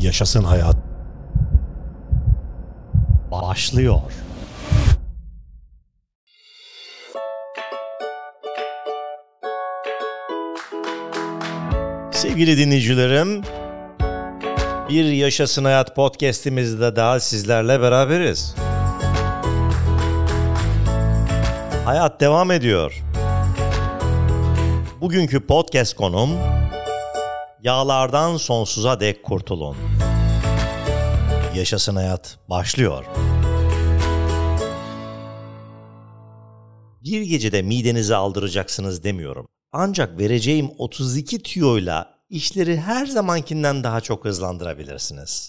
Yaşasın hayat. Başlıyor. Sevgili dinleyicilerim, bir Yaşasın Hayat podcast'imizde daha sizlerle beraberiz. Hayat devam ediyor. Bugünkü podcast konum, yağlardan sonsuza dek kurtulun. Yaşasın hayat başlıyor. Bir gecede midenizi aldıracaksınız demiyorum. Ancak vereceğim 32 tüyoyla işleri her zamankinden daha çok hızlandırabilirsiniz.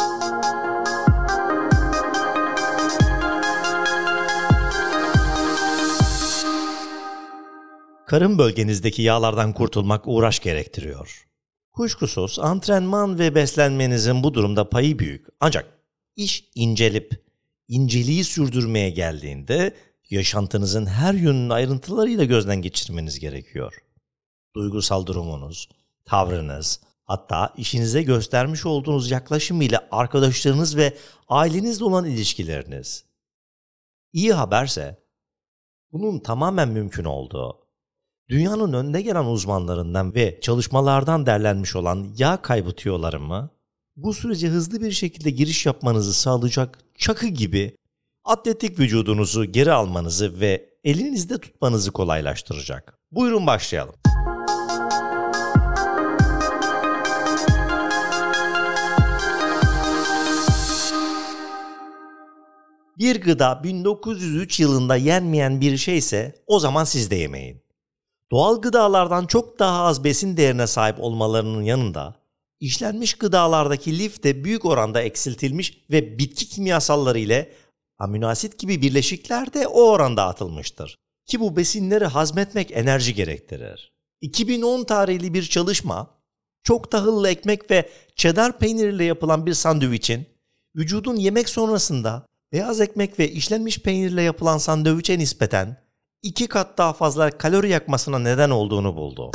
Karın bölgenizdeki yağlardan kurtulmak uğraş gerektiriyor. Kuşkusuz antrenman ve beslenmenizin bu durumda payı büyük. Ancak iş inceliği sürdürmeye geldiğinde yaşantınızın her yönünü ayrıntılarıyla gözden geçirmeniz gerekiyor. Duygusal durumunuz, tavrınız, hatta işinize göstermiş olduğunuz yaklaşım ile arkadaşlarınız ve ailenizle olan ilişkileriniz. İyi haberse bunun tamamen mümkün olduğu, dünyanın önde gelen uzmanlarından ve çalışmalardan derlenmiş olan yağ kaybı tüyolarımı bu sürece hızlı bir şekilde giriş yapmanızı sağlayacak çakı gibi atletik vücudunuzu geri almanızı ve elinizde tutmanızı kolaylaştıracak. Buyurun başlayalım. Bir gıda 1903 yılında yenmeyen bir şeyse o zaman siz de yemeyin. Doğal gıdalardan çok daha az besin değerine sahip olmalarının yanında işlenmiş gıdalardaki lif de büyük oranda eksiltilmiş ve bitki kimyasalları ile amino asit gibi birleşikler de o oranda atılmıştır. Ki bu besinleri hazmetmek enerji gerektirir. 2010 tarihli bir çalışma, çok tahıllı ekmek ve cheddar peyniriyle yapılan bir sandviçin vücudun yemek sonrasında beyaz ekmek ve işlenmiş peynirle yapılan sandviçe nispeten 2 kat daha fazla kalori yakmasına neden olduğunu buldu.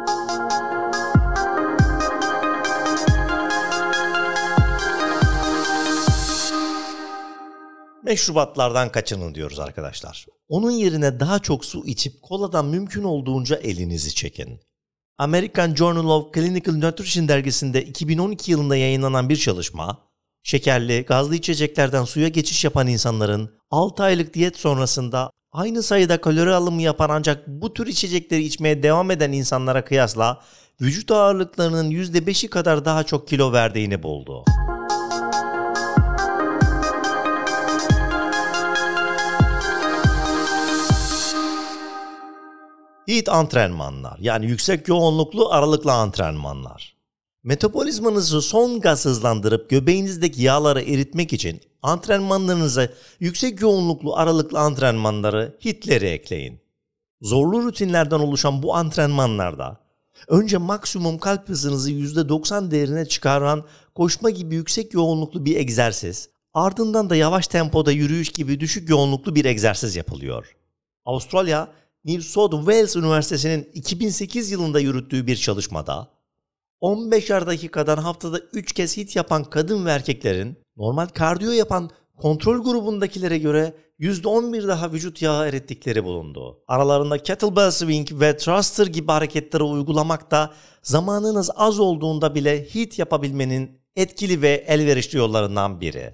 Meşrubatlardan kaçının diyoruz arkadaşlar. Onun yerine daha çok su içip koladan mümkün olduğunca elinizi çekin. American Journal of Clinical Nutrition dergisinde 2012 yılında yayınlanan bir çalışma, şekerli, gazlı içeceklerden suya geçiş yapan insanların 6 aylık diyet sonrasında aynı sayıda kalori alımı yapan ancak bu tür içecekleri içmeye devam eden insanlara kıyasla vücut ağırlıklarının %5'i kadar daha çok kilo verdiğini buldu. HIIT antrenmanlar, yani yüksek yoğunluklu aralıklı antrenmanlar. Metabolizmanızı son gaz hızlandırıp göbeğinizdeki yağları eritmek için antrenmanlarınıza yüksek yoğunluklu aralıklı antrenmanları HIIT'leri ekleyin. Zorlu rutinlerden oluşan bu antrenmanlarda önce maksimum kalp hızınızı %90 değerine çıkaran koşma gibi yüksek yoğunluklu bir egzersiz, ardından da yavaş tempoda yürüyüş gibi düşük yoğunluklu bir egzersiz yapılıyor. Avustralya, New South Wales Üniversitesi'nin 2008 yılında yürüttüğü bir çalışmada 15'er dakikadan haftada 3 kez HIIT yapan kadın ve erkeklerin normal kardiyo yapan kontrol grubundakilere göre %11 daha vücut yağı erittikleri bulundu. Aralarında kettlebell swing ve thruster gibi hareketleri uygulamakta zamanınız az olduğunda bile HIIT yapabilmenin etkili ve elverişli yollarından biri.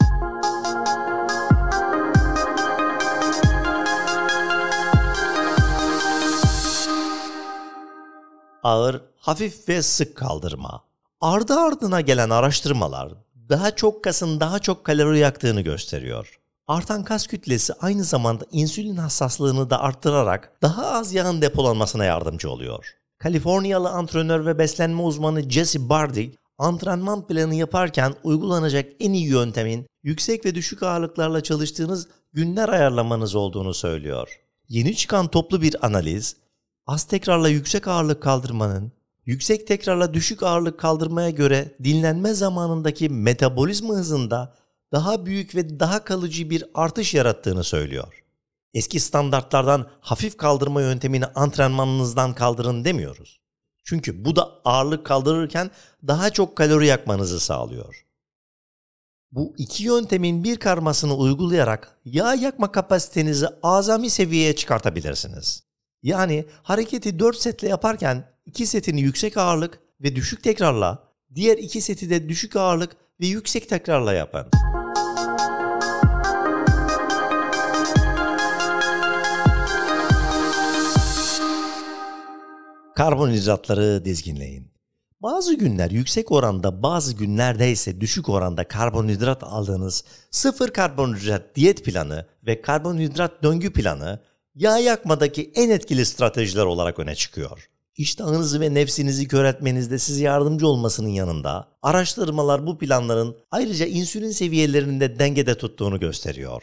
Ağır, hafif ve sık kaldırma. Ardı ardına gelen araştırmalar daha çok kasın daha çok kalori yaktığını gösteriyor. Artan kas kütlesi aynı zamanda insülin hassaslığını da arttırarak daha az yağın depolanmasına yardımcı oluyor. Kaliforniyalı antrenör ve beslenme uzmanı Jesse Bardick, antrenman planı yaparken uygulanacak en iyi yöntemin yüksek ve düşük ağırlıklarla çalıştığınız günler ayarlamanız olduğunu söylüyor. Yeni çıkan toplu bir analiz, az tekrarla yüksek ağırlık kaldırmanın, yüksek tekrarla düşük ağırlık kaldırmaya göre dinlenme zamanındaki metabolizma hızında daha büyük ve daha kalıcı bir artış yarattığını söylüyor. Eski standartlardan hafif kaldırma yöntemini antrenmanınızdan kaldırın demiyoruz. Çünkü bu da ağırlık kaldırırken daha çok kalori yakmanızı sağlıyor. Bu iki yöntemin bir karmasını uygulayarak yağ yakma kapasitenizi azami seviyeye çıkartabilirsiniz. Yani hareketi 4 setle yaparken 2 setini yüksek ağırlık ve düşük tekrarla, diğer 2 seti de düşük ağırlık ve yüksek tekrarla yapın. Karbonhidratları dizginleyin. Bazı günler yüksek oranda, bazı günlerde ise düşük oranda karbonhidrat aldığınız sıfır karbonhidrat diyet planı ve karbonhidrat döngü planı yağ yakmadaki en etkili stratejiler olarak öne çıkıyor. İştahınızı ve nefsinizi köreltmenizde size yardımcı olmasının yanında araştırmalar bu planların ayrıca insülin seviyelerini de dengede tuttuğunu gösteriyor.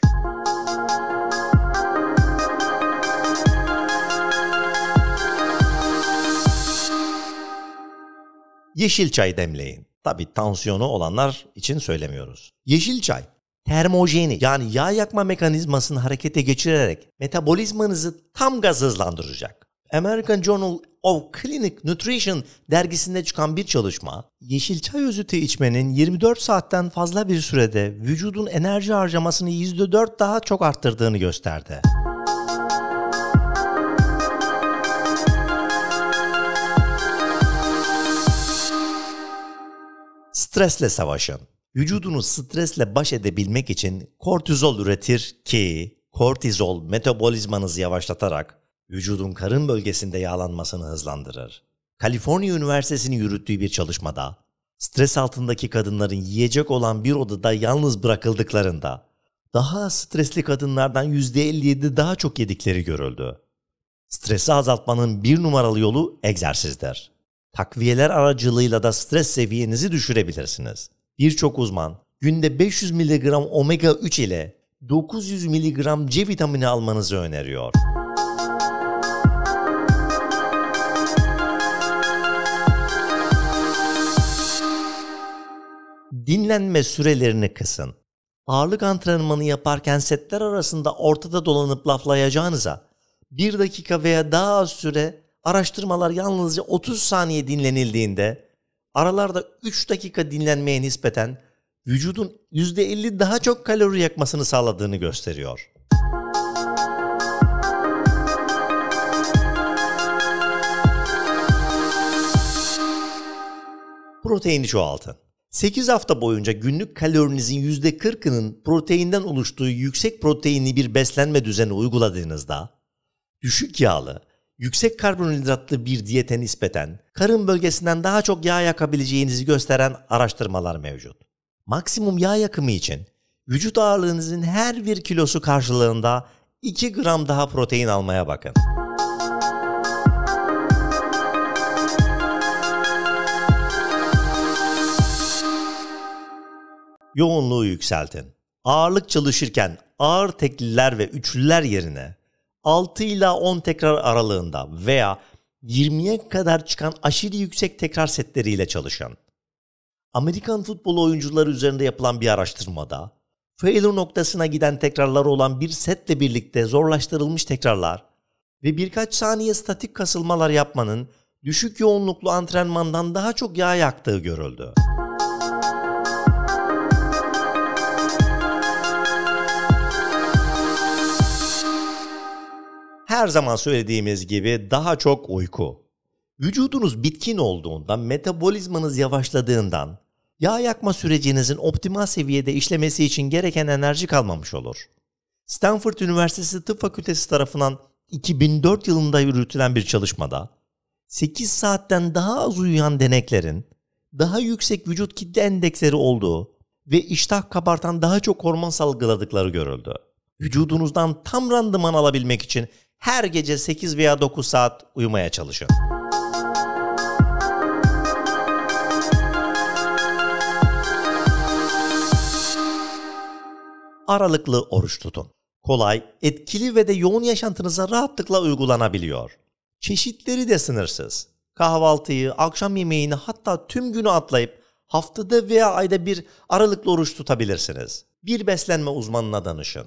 Yeşil çay demleyin. Tabii tansiyonu olanlar için söylemiyoruz. Yeşil çay termojeni yani yağ yakma mekanizmasını harekete geçirerek metabolizmanızı tam gaz hızlandıracak. American Journal of Clinical Nutrition dergisinde çıkan bir çalışma, yeşil çay özütü içmenin 24 saatten fazla bir sürede vücudun enerji harcamasını %4 daha çok arttırdığını gösterdi. Stresle savaşın. Vücudunuz stresle baş edebilmek için kortizol üretir ki kortizol metabolizmanızı yavaşlatarak vücudun karın bölgesinde yağlanmasını hızlandırır. Kaliforniya Üniversitesi'nin yürüttüğü bir çalışmada stres altındaki kadınların yiyecek olan bir odada yalnız bırakıldıklarında daha stresli kadınlardan %57 daha çok yedikleri görüldü. Stresi azaltmanın bir numaralı yolu egzersizdir. Takviyeler aracılığıyla da stres seviyenizi düşürebilirsiniz. Birçok uzman günde 500 mg omega 3 ile 900 mg C vitamini almanızı öneriyor. Dinlenme sürelerini kısın. Ağırlık antrenmanı yaparken setler arasında ortada dolanıp laflayacağınıza 1 dakika veya daha az süre, araştırmalar yalnızca 30 saniye dinlenildiğinde aralarda 3 dakika dinlenmeye nispeten vücudun %50 daha çok kalori yakmasını sağladığını gösteriyor. Proteini çoğaltın. 8 hafta boyunca günlük kalorinizin %40'ının proteinden oluştuğu yüksek proteinli bir beslenme düzeni uyguladığınızda düşük yağlı, yüksek karbonhidratlı bir diyete nispeten karın bölgesinden daha çok yağ yakabileceğinizi gösteren araştırmalar mevcut. Maksimum yağ yakımı için vücut ağırlığınızın her 1 kilosu karşılığında 2 gram daha protein almaya bakın. Yoğunluğu yükseltin. Ağırlık çalışırken ağır tekliler ve üçlüler yerine 6 ila 10 tekrar aralığında veya 20'ye kadar çıkan aşırı yüksek tekrar setleriyle çalışın. Amerikan futbol oyuncuları üzerinde yapılan bir araştırmada failure noktasına giden tekrarlar olan bir setle birlikte zorlaştırılmış tekrarlar ve birkaç saniye statik kasılmalar yapmanın düşük yoğunluklu antrenmandan daha çok yağ yaktığı görüldü. Her zaman söylediğimiz gibi daha çok uyku. Vücudunuz bitkin olduğunda, metabolizmanız yavaşladığından yağ yakma sürecinizin optimal seviyede işlemesi için gereken enerji kalmamış olur. Stanford Üniversitesi Tıp Fakültesi tarafından 2004 yılında yürütülen bir çalışmada 8 saatten daha az uyuyan deneklerin daha yüksek vücut kitle endeksleri olduğu ve iştah kabartan daha çok hormon salgıladıkları görüldü. Vücudunuzdan tam randıman alabilmek için her gece 8 veya 9 saat uyumaya çalışın. Aralıklı oruç tutun. Kolay, etkili ve de yoğun yaşantınıza rahatlıkla uygulanabiliyor. Çeşitleri de sınırsız. Kahvaltıyı, akşam yemeğini hatta tüm günü atlayıp haftada veya ayda bir aralıklı oruç tutabilirsiniz. Bir beslenme uzmanına danışın.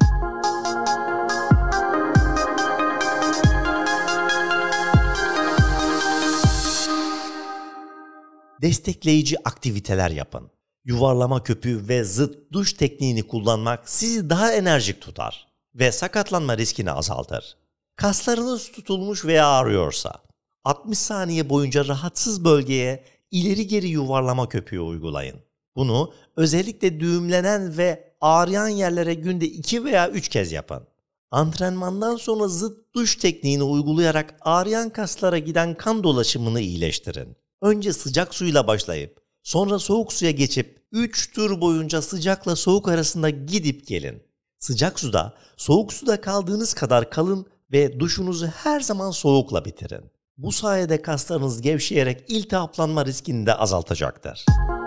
Destekleyici aktiviteler yapın. Yuvarlama köpüğü ve zıt duş tekniğini kullanmak sizi daha enerjik tutar ve sakatlanma riskini azaltır. Kaslarınız tutulmuş veya ağrıyorsa 60 saniye boyunca rahatsız bölgeye ileri geri yuvarlama köpüğü uygulayın. Bunu özellikle düğümlenen ve ağrıyan yerlere günde 2 veya 3 kez yapın. Antrenmandan sonra zıt duş tekniğini uygulayarak ağrıyan kaslara giden kan dolaşımını iyileştirin. Önce sıcak suyla başlayıp sonra soğuk suya geçip 3 tur boyunca sıcakla soğuk arasında gidip gelin. Sıcak suda, soğuk suda kaldığınız kadar kalın ve duşunuzu her zaman soğukla bitirin. Bu sayede kaslarınız gevşeyerek iltihaplanma riskini de azaltacaktır.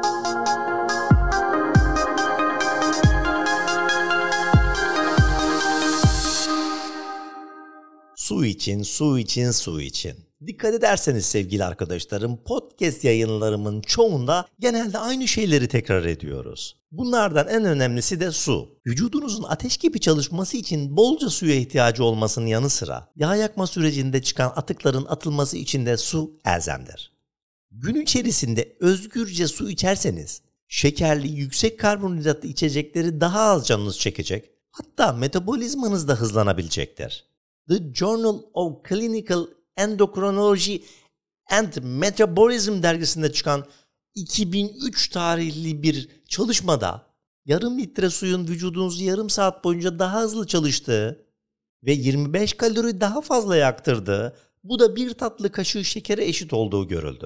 Su için, su için, su için. Dikkat ederseniz sevgili arkadaşlarım, podcast yayınlarımın çoğunda genelde aynı şeyleri tekrar ediyoruz. Bunlardan en önemlisi de su. Vücudunuzun ateş gibi çalışması için bolca suya ihtiyacı olmasının yanı sıra yağ yakma sürecinde çıkan atıkların atılması için de su elzemdir. Gün içerisinde özgürce su içerseniz şekerli, yüksek karbonhidratlı içecekleri daha az canınız çekecek, hatta metabolizmanız da hızlanabilecektir. The Journal of Clinical Endocrinology and Metabolism dergisinde çıkan 2003 tarihli bir çalışmada yarım litre suyun vücudunuzu yarım saat boyunca daha hızlı çalıştığı ve 25 kalori daha fazla yaktırdığı, bu da bir tatlı kaşığı şekere eşit olduğu görüldü.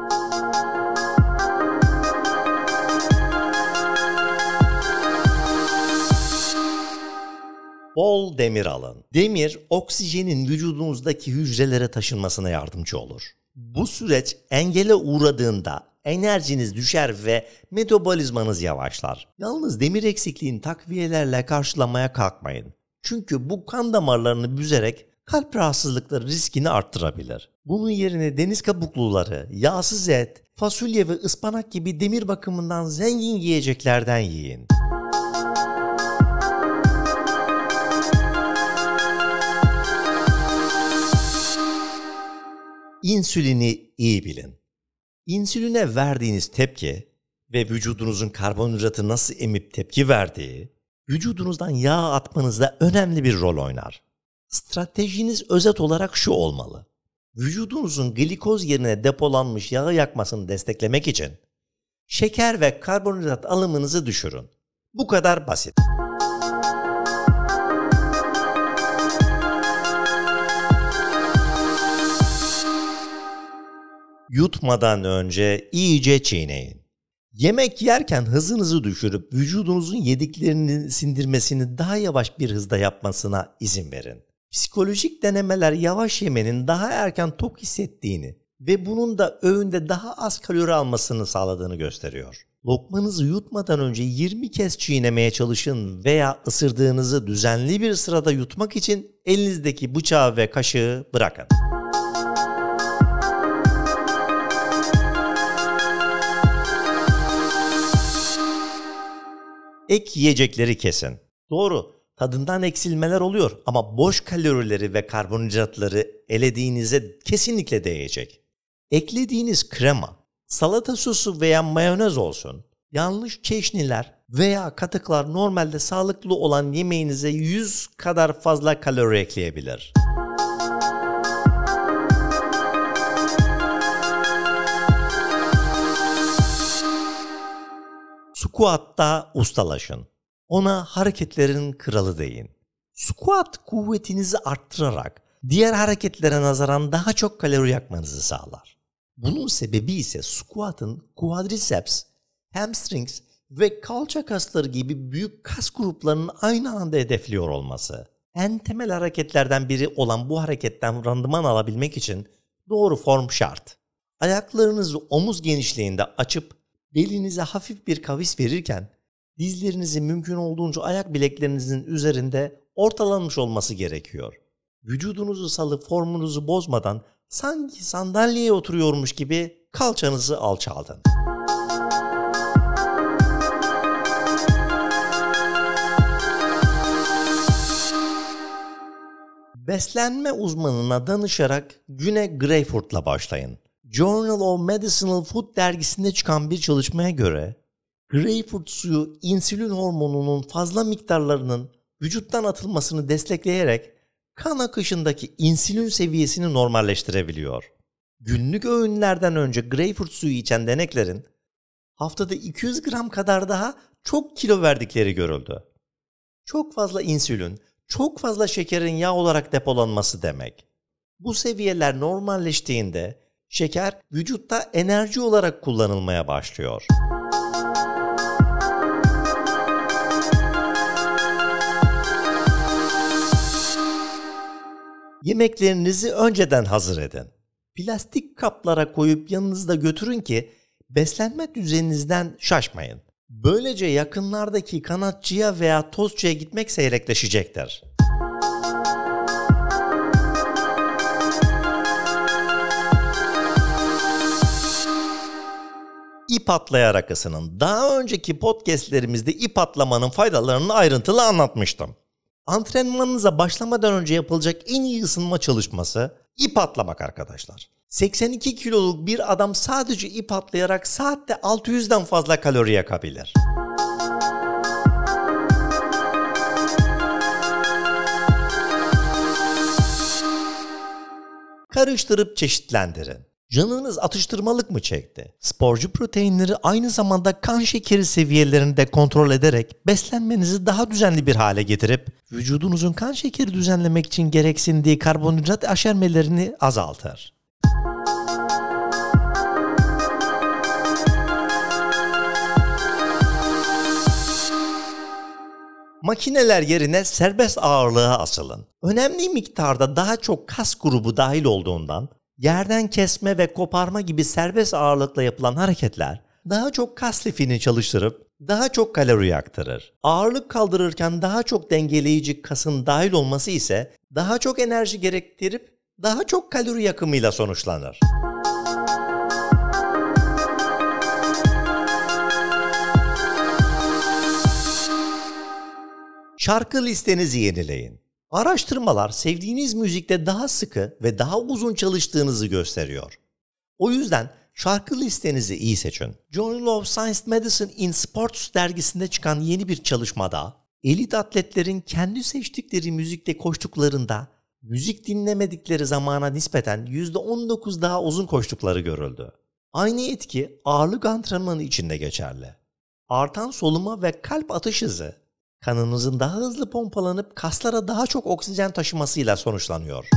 Bol demir alın. Demir, oksijenin vücudunuzdaki hücrelere taşınmasına yardımcı olur. Bu süreç engele uğradığında enerjiniz düşer ve metabolizmanız yavaşlar. Yalnız demir eksikliğini takviyelerle karşılamaya kalkmayın. Çünkü bu kan damarlarını büzerek kalp rahatsızlıkları riskini arttırabilir. Bunun yerine deniz kabukluları, yağsız et, fasulye ve ıspanak gibi demir bakımından zengin yiyeceklerden yiyin. İnsülini iyi bilin. İnsüline verdiğiniz tepki ve vücudunuzun karbonhidratı nasıl emip tepki verdiği, vücudunuzdan yağ atmanızda önemli bir rol oynar. Stratejiniz özet olarak şu olmalı: vücudunuzun glikoz yerine depolanmış yağı yakmasını desteklemek için şeker ve karbonhidrat alımınızı düşürün. Bu kadar basit. Yutmadan önce iyice çiğneyin. Yemek yerken hızınızı düşürüp vücudunuzun yediklerini sindirmesini daha yavaş bir hızda yapmasına izin verin. Psikolojik denemeler yavaş yemenin daha erken tok hissettiğini ve bunun da öğünde daha az kalori almasını sağladığını gösteriyor. Lokmanızı yutmadan önce 20 kez çiğnemeye çalışın veya ısırdığınızı düzenli bir sırada yutmak için elinizdeki bıçağı ve kaşığı bırakın. Ek yiyecekleri kesin. Doğru, tadından eksilmeler oluyor ama boş kalorileri ve karbonhidratları elediğinize kesinlikle değecek. Eklediğiniz krema, salata sosu veya mayonez olsun, yanlış çeşniler veya katıklar normalde sağlıklı olan yemeğinize 100 kadar fazla kalori ekleyebilir. Squat'ta ustalaşın. Ona hareketlerin kralı deyin. Squat kuvvetinizi arttırarak diğer hareketlere nazaran daha çok kalori yakmanızı sağlar. Bunun sebebi ise squat'ın quadriceps, hamstrings ve kalça kasları gibi büyük kas gruplarının aynı anda hedefliyor olması. En temel hareketlerden biri olan bu hareketten randıman alabilmek için doğru form şart. Ayaklarınızı omuz genişliğinde açıp belinize hafif bir kavis verirken dizlerinizi mümkün olduğunca ayak bileklerinizin üzerinde ortalanmış olması gerekiyor. Vücudunuzu salıp formunuzu bozmadan sanki sandalyeye oturuyormuş gibi kalçanızı alçaltın. Beslenme uzmanına danışarak güne greyfurtla başlayın. Journal of Medicinal Food dergisinde çıkan bir çalışmaya göre Greyfurt suyu insülin hormonunun fazla miktarlarının vücuttan atılmasını destekleyerek kan akışındaki insülin seviyesini normalleştirebiliyor. Günlük öğünlerden önce greyfurt suyu içen deneklerin haftada 200 gram kadar daha çok kilo verdikleri görüldü. Çok fazla insülin, çok fazla şekerin yağ olarak depolanması demek. Bu seviyeler normalleştiğinde şeker vücutta enerji olarak kullanılmaya başlıyor. Yemeklerinizi önceden hazır edin. Plastik kaplara koyup yanınızda götürün ki beslenme düzeninizden şaşmayın. Böylece yakınlardaki kanatçıya veya tostçuya gitmek seyrekleşecektir. İp atlayarak ısının. Daha önceki podcastlerimizde ip atlamanın faydalarını ayrıntılı anlatmıştım. Antrenmanınıza başlamadan önce yapılacak en iyi ısınma çalışması ip atlamak arkadaşlar. 82 kiloluk bir adam sadece ip atlayarak saatte 600'den fazla kalori yakabilir. Karıştırıp çeşitlendirin. Canınız atıştırmalık mı çekti? Sporcu proteinleri aynı zamanda kan şekeri seviyelerini de kontrol ederek beslenmenizi daha düzenli bir hale getirip vücudunuzun kan şekeri düzenlemek için gereksindiği karbonhidrat aşermelerini azaltır. Makineler yerine serbest ağırlığa asılın. Önemli miktarda daha çok kas grubu dahil olduğundan yerden kesme ve koparma gibi serbest ağırlıkla yapılan hareketler daha çok kas lifini çalıştırıp daha çok kalori yaktırır. Ağırlık kaldırırken daha çok dengeleyici kasın dahil olması ise daha çok enerji gerektirip daha çok kalori yakımıyla sonuçlanır. Şarkı listenizi yenileyin. Araştırmalar sevdiğiniz müzikte daha sıkı ve daha uzun çalıştığınızı gösteriyor. O yüzden şarkı listenizi iyi seçin. Journal of Science Medicine in Sports dergisinde çıkan yeni bir çalışmada elit atletlerin kendi seçtikleri müzikte koştuklarında müzik dinlemedikleri zamana nispeten %19 daha uzun koştukları görüldü. Aynı etki ağırlık antrenmanı için de geçerli. Artan soluma ve kalp atış hızı kanınızın daha hızlı pompalanıp kaslara daha çok oksijen taşımasıyla sonuçlanıyor.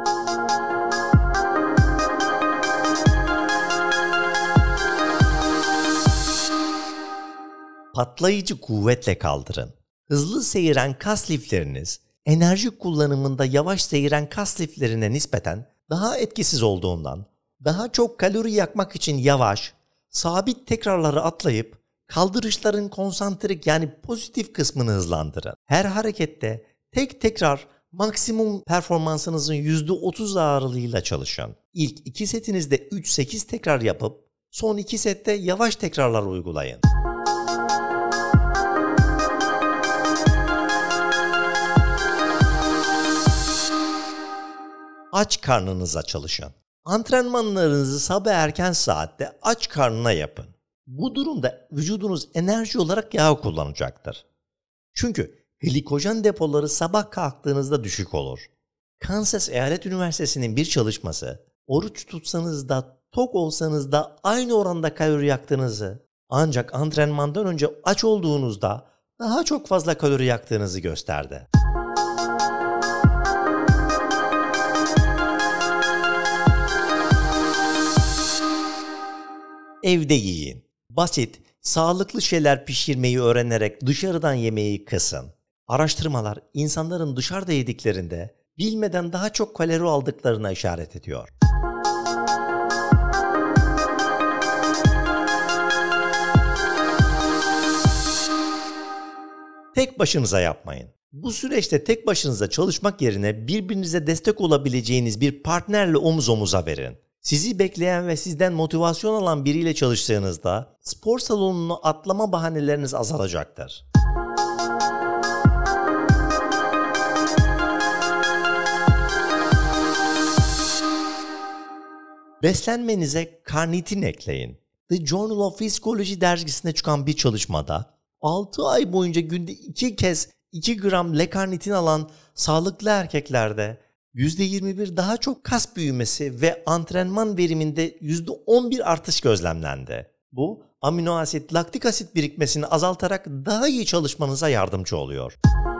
Patlayıcı kuvvetle kaldırın. Hızlı seyiren kas lifleriniz, enerji kullanımında yavaş seyiren kas liflerine nispeten daha etkisiz olduğundan, daha çok kalori yakmak için yavaş, sabit tekrarları atlayıp kaldırışların konsantrik yani pozitif kısmını hızlandırın. Her harekette tek tekrar maksimum performansınızın %30 ağırlığıyla çalışın. İlk 2 setinizde 3-8 tekrar yapıp son 2 sette yavaş tekrarlar uygulayın. Aç karnınıza çalışın. Antrenmanlarınızı sabah erken saatte aç karnına yapın. Bu durumda vücudunuz enerji olarak yağ kullanacaktır. Çünkü glikojen depoları sabah kalktığınızda düşük olur. Kansas Eyalet Üniversitesi'nin bir çalışması, oruç tutsanız da tok olsanız da aynı oranda kalori yaktığınızı, ancak antrenmandan önce aç olduğunuzda daha çok fazla kalori yaktığınızı gösterdi. Evde yiyin. Basit, sağlıklı şeyler pişirmeyi öğrenerek dışarıdan yemeği kısın. Araştırmalar insanların dışarıda yediklerinde bilmeden daha çok kalori aldıklarına işaret ediyor. Tek başınıza yapmayın. Bu süreçte tek başınıza çalışmak yerine birbirinize destek olabileceğiniz bir partnerle omuz omuza verin. Sizi bekleyen ve sizden motivasyon alan biriyle çalıştığınızda spor salonunu atlama bahaneleriniz azalacaktır. Beslenmenize karnitin ekleyin. The Journal of Physiology dergisine çıkan bir çalışmada 6 ay boyunca günde 2 kez 2 gram L-karnitin alan sağlıklı erkeklerde %21 daha çok kas büyümesi ve antrenman veriminde %11 artış gözlemlendi. Bu, amino asit, laktik asit birikmesini azaltarak daha iyi çalışmanıza yardımcı oluyor.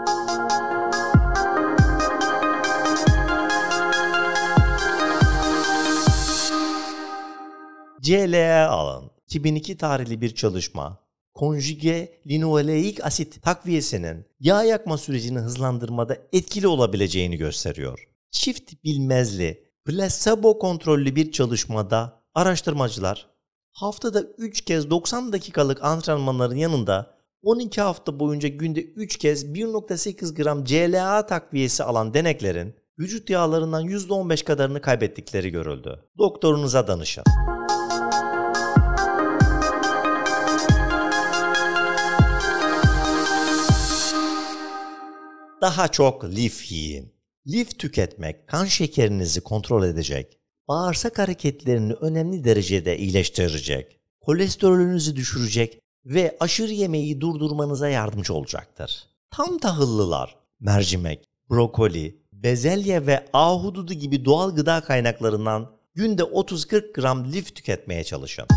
CLA alın. 2002 tarihli bir çalışma, konjüge linoleik asit takviyesinin yağ yakma sürecini hızlandırmada etkili olabileceğini gösteriyor. Çift bilmezli, plasebo kontrollü bir çalışmada araştırmacılar haftada 3 kez 90 dakikalık antrenmanların yanında 12 hafta boyunca günde 3 kez 1.8 gram CLA takviyesi alan deneklerin vücut yağlarından %15 kadarını kaybettikleri görüldü. Doktorunuza danışın. Daha çok lif yiyin. Lif tüketmek kan şekerinizi kontrol edecek, bağırsak hareketlerini önemli derecede iyileştirecek, kolesterolünüzü düşürecek ve aşırı yemeği durdurmanıza yardımcı olacaktır. Tam tahıllılar, mercimek, brokoli, bezelye ve ahududu gibi doğal gıda kaynaklarından günde 30-40 gram lif tüketmeye çalışın.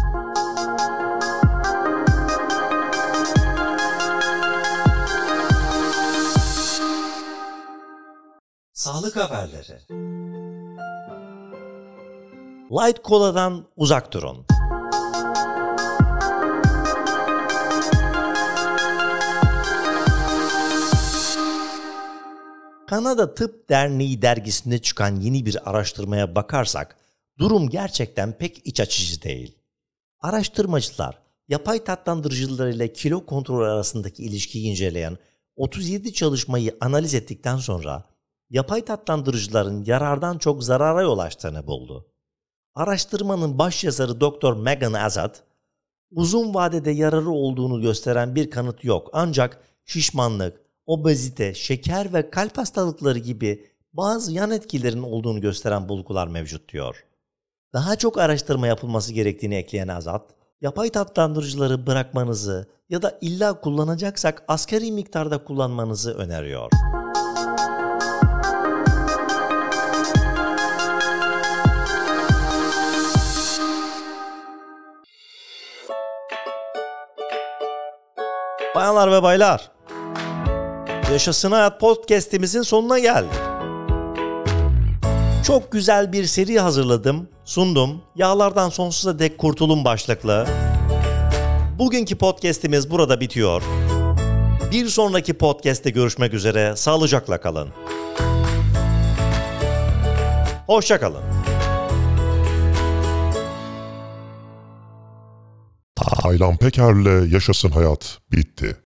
Sağlık haberleri. Light Cola'dan uzak durun. Kanada Tıp Derneği dergisinde çıkan yeni bir araştırmaya bakarsak, durum gerçekten pek iç açıcı değil. Araştırmacılar, yapay tatlandırıcılar ile kilo kontrolü arasındaki ilişkiyi inceleyen 37 çalışmayı analiz ettikten sonra, yapay tatlandırıcıların yarardan çok zarara yol açtığını buldu. Araştırmanın başyazarı Dr. Megan Azad, uzun vadede yararı olduğunu gösteren bir kanıt yok ancak şişmanlık, obezite, şeker ve kalp hastalıkları gibi bazı yan etkilerin olduğunu gösteren bulgular mevcut diyor. Daha çok araştırma yapılması gerektiğini ekleyen Azad, yapay tatlandırıcıları bırakmanızı ya da illa kullanacaksak asgari miktarda kullanmanızı öneriyor. Bayanlar ve baylar, Yaşasın Hayat podcast'imizin sonuna geldik. Çok güzel bir seri hazırladım, sundum. Yağlardan sonsuza dek kurtulun başlıklı. Bugünkü podcast'imiz burada bitiyor. Bir sonraki podcast'te görüşmek üzere. Sağlıcakla kalın. Hoşça kalın. Taylan Peker'le Yaşasın Hayat bitti.